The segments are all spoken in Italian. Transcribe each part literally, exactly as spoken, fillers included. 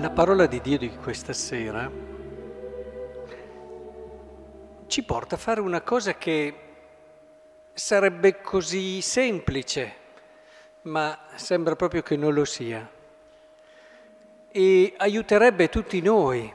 La parola di Dio di questa sera ci porta a fare una cosa che sarebbe così semplice, ma sembra proprio che non lo sia. E aiuterebbe tutti noi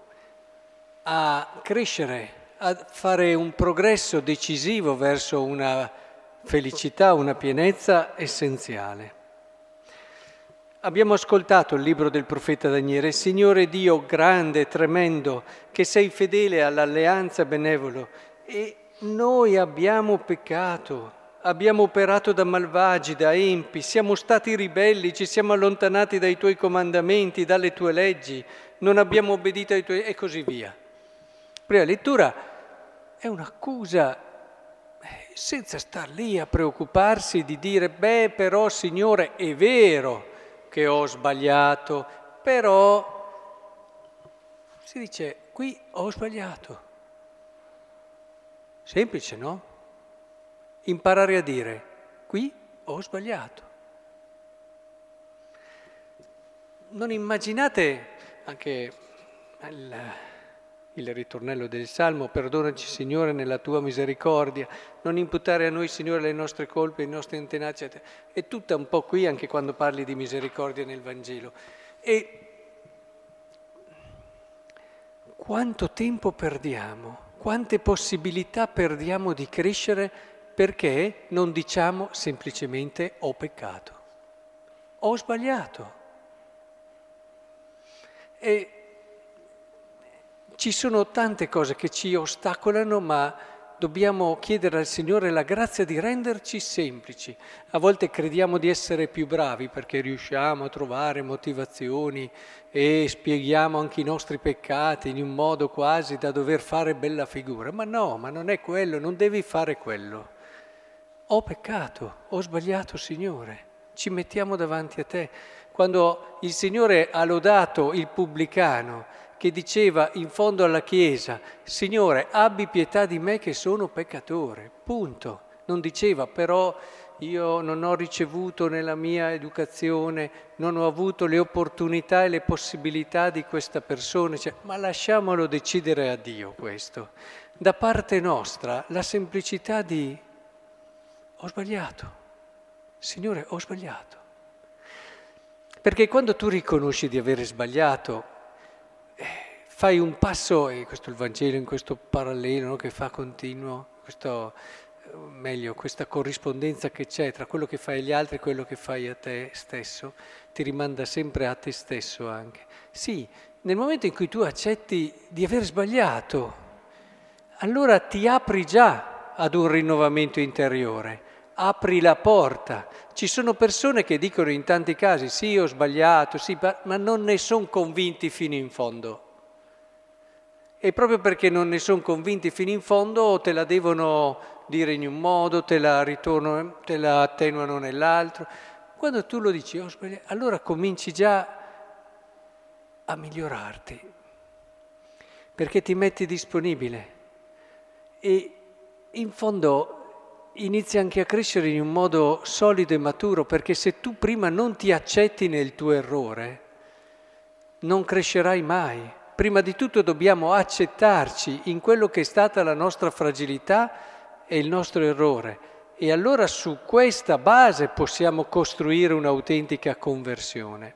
a crescere, a fare un progresso decisivo verso una felicità, una pienezza essenziale. Abbiamo ascoltato il libro del profeta Daniele: Signore Dio grande, tremendo, che sei fedele all'alleanza benevolo, e noi abbiamo peccato, abbiamo operato da malvagi, da empi, siamo stati ribelli, ci siamo allontanati dai tuoi comandamenti, dalle tue leggi, non abbiamo obbedito ai tuoi... e così via. Prima lettura è un'accusa, senza star lì a preoccuparsi di dire, beh, però Signore, è vero che ho sbagliato, però si dice, qui ho sbagliato. Semplice, no? Imparare a dire, qui ho sbagliato. Non immaginate anche il, il ritornello del Salmo, perdonaci Signore nella tua misericordia, non imputare a noi Signore le nostre colpe, i nostri antenati, eccetera. È tutta un po' qui anche quando parli di misericordia nel Vangelo. E quanto tempo perdiamo, quante possibilità perdiamo di crescere perché non diciamo semplicemente ho peccato, ho sbagliato. E ci sono tante cose che ci ostacolano, ma dobbiamo chiedere al Signore la grazia di renderci semplici. A volte crediamo di essere più bravi perché riusciamo a trovare motivazioni e spieghiamo anche i nostri peccati in un modo quasi da dover fare bella figura. Ma no, ma non è quello, non devi fare quello. Ho peccato, ho sbagliato, Signore, ci mettiamo davanti a te. Quando il Signore ha lodato il pubblicano che diceva in fondo alla chiesa, Signore, abbi pietà di me che sono peccatore, punto. Non diceva, però io non ho ricevuto nella mia educazione, non ho avuto le opportunità e le possibilità di questa persona, cioè, ma lasciamolo decidere a Dio questo. Da parte nostra la semplicità di ho sbagliato, Signore, ho sbagliato. Perché quando tu riconosci di avere sbagliato, fai un passo, e questo è il Vangelo in questo parallelo, no, che fa continuo, questo, meglio, questa corrispondenza che c'è tra quello che fai agli altri e quello che fai a te stesso, ti rimanda sempre a te stesso anche. Sì, nel momento in cui tu accetti di aver sbagliato, allora ti apri già ad un rinnovamento interiore, apri la porta. Ci sono persone che dicono in tanti casi, sì, ho sbagliato, sì, ma non ne sono convinti fino in fondo. E proprio perché non ne sono convinti fino in fondo te la devono dire in un modo, te la ritornano, te la attenuano nell'altro. Quando tu lo dici, oh, sbagliato, allora cominci già a migliorarti, perché ti metti disponibile e in fondo inizi anche a crescere in un modo solido e maturo, perché se tu prima non ti accetti nel tuo errore, non crescerai mai. Prima di tutto dobbiamo accettarci in quello che è stata la nostra fragilità e il nostro errore. E allora su questa base possiamo costruire un'autentica conversione.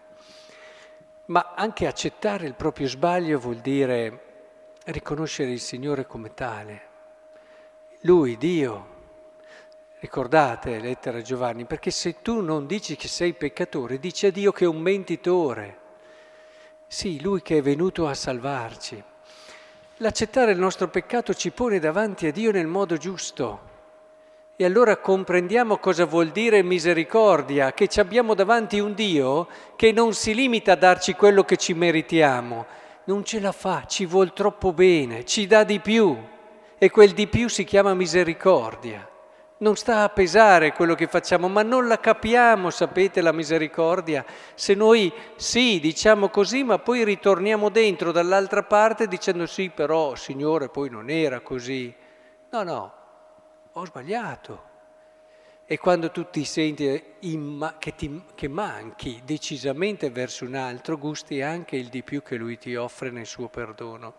Ma anche accettare il proprio sbaglio vuol dire riconoscere il Signore come tale. Lui, Dio. Ricordate, lettera a Giovanni, perché se tu non dici che sei peccatore, dici a Dio che è un mentitore. Sì, Lui che è venuto a salvarci. L'accettare il nostro peccato ci pone davanti a Dio nel modo giusto. E allora comprendiamo cosa vuol dire misericordia, che ci abbiamo davanti un Dio che non si limita a darci quello che ci meritiamo, non ce la fa, ci vuol troppo bene, ci dà di più. E quel di più si chiama misericordia. Non sta a pesare quello che facciamo, ma non la capiamo, sapete, la misericordia. Se noi sì, diciamo così, ma poi ritorniamo dentro dall'altra parte dicendo sì, però, Signore, poi non era così. No, no, ho sbagliato. E quando tu ti senti imma- che, ti, che manchi decisamente verso un altro, gusti anche il di più che lui ti offre nel suo perdono.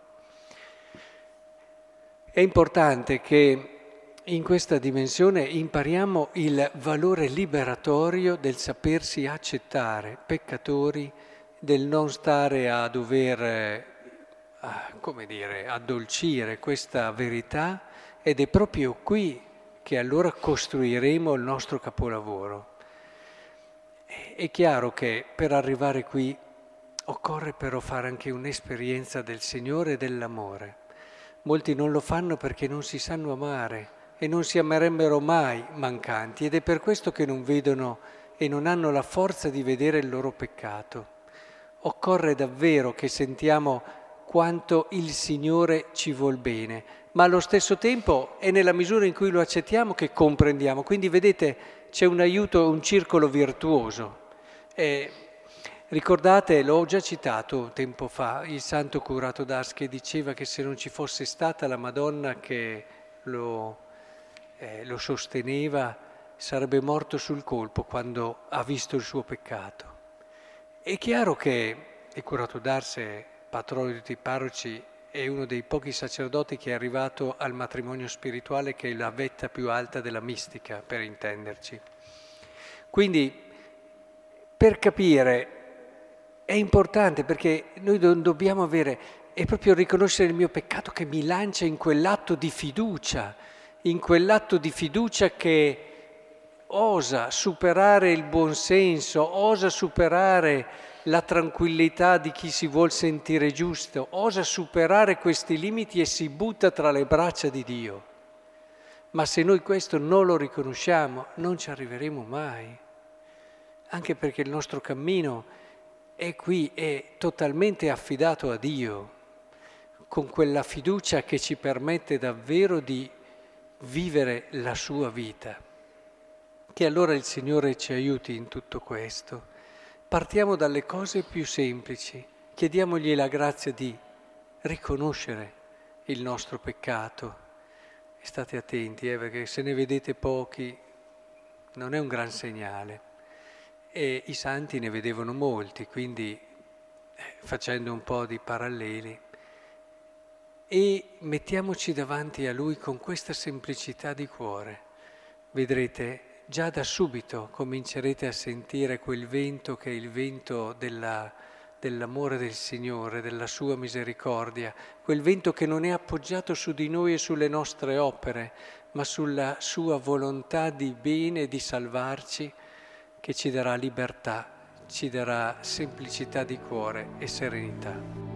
È importante che in questa dimensione impariamo il valore liberatorio del sapersi accettare peccatori, del non stare a dover, eh, a, come dire, addolcire questa verità, ed è proprio qui che allora costruiremo il nostro capolavoro. È chiaro che per arrivare qui occorre però fare anche un'esperienza del Signore e dell'amore. Molti non lo fanno perché non si sanno amare e non si amerebbero mai mancanti, ed è per questo che non vedono e non hanno la forza di vedere il loro peccato. Occorre davvero che sentiamo quanto il Signore ci vuol bene, ma allo stesso tempo è nella misura in cui lo accettiamo che comprendiamo. Quindi vedete, c'è un aiuto, un circolo virtuoso. Eh, ricordate, l'ho già citato tempo fa, il santo curato d'Ars, che diceva che se non ci fosse stata la Madonna che lo, eh, lo sosteneva, sarebbe morto sul colpo quando ha visto il suo peccato. È chiaro che il curato d'Ars, patrono di tutti i parroci, è uno dei pochi sacerdoti che è arrivato al matrimonio spirituale, che è la vetta più alta della mistica, per intenderci. Quindi, per capire, è importante, perché noi non dobbiamo avere, è proprio riconoscere il mio peccato che mi lancia in quell'atto di fiducia, in quell'atto di fiducia che osa superare il buonsenso, osa superare la tranquillità di chi si vuol sentire giusto, osa superare questi limiti e si butta tra le braccia di Dio. Ma se noi questo non lo riconosciamo, non ci arriveremo mai, anche perché il nostro cammino è qui, è totalmente affidato a Dio, con quella fiducia che ci permette davvero di vivere la sua vita. Che allora il Signore ci aiuti in tutto questo. Partiamo dalle cose più semplici, chiediamogli la grazia di riconoscere il nostro peccato. E state attenti, eh, perché se ne vedete pochi non è un gran segnale. E i santi ne vedevano molti, quindi eh, facendo un po' di paralleli. E mettiamoci davanti a Lui con questa semplicità di cuore. Vedrete, già da subito comincerete a sentire quel vento che è il vento della, dell'amore del Signore, della sua misericordia, quel vento che non è appoggiato su di noi e sulle nostre opere, ma sulla sua volontà di bene e di salvarci, che ci darà libertà, ci darà semplicità di cuore e serenità.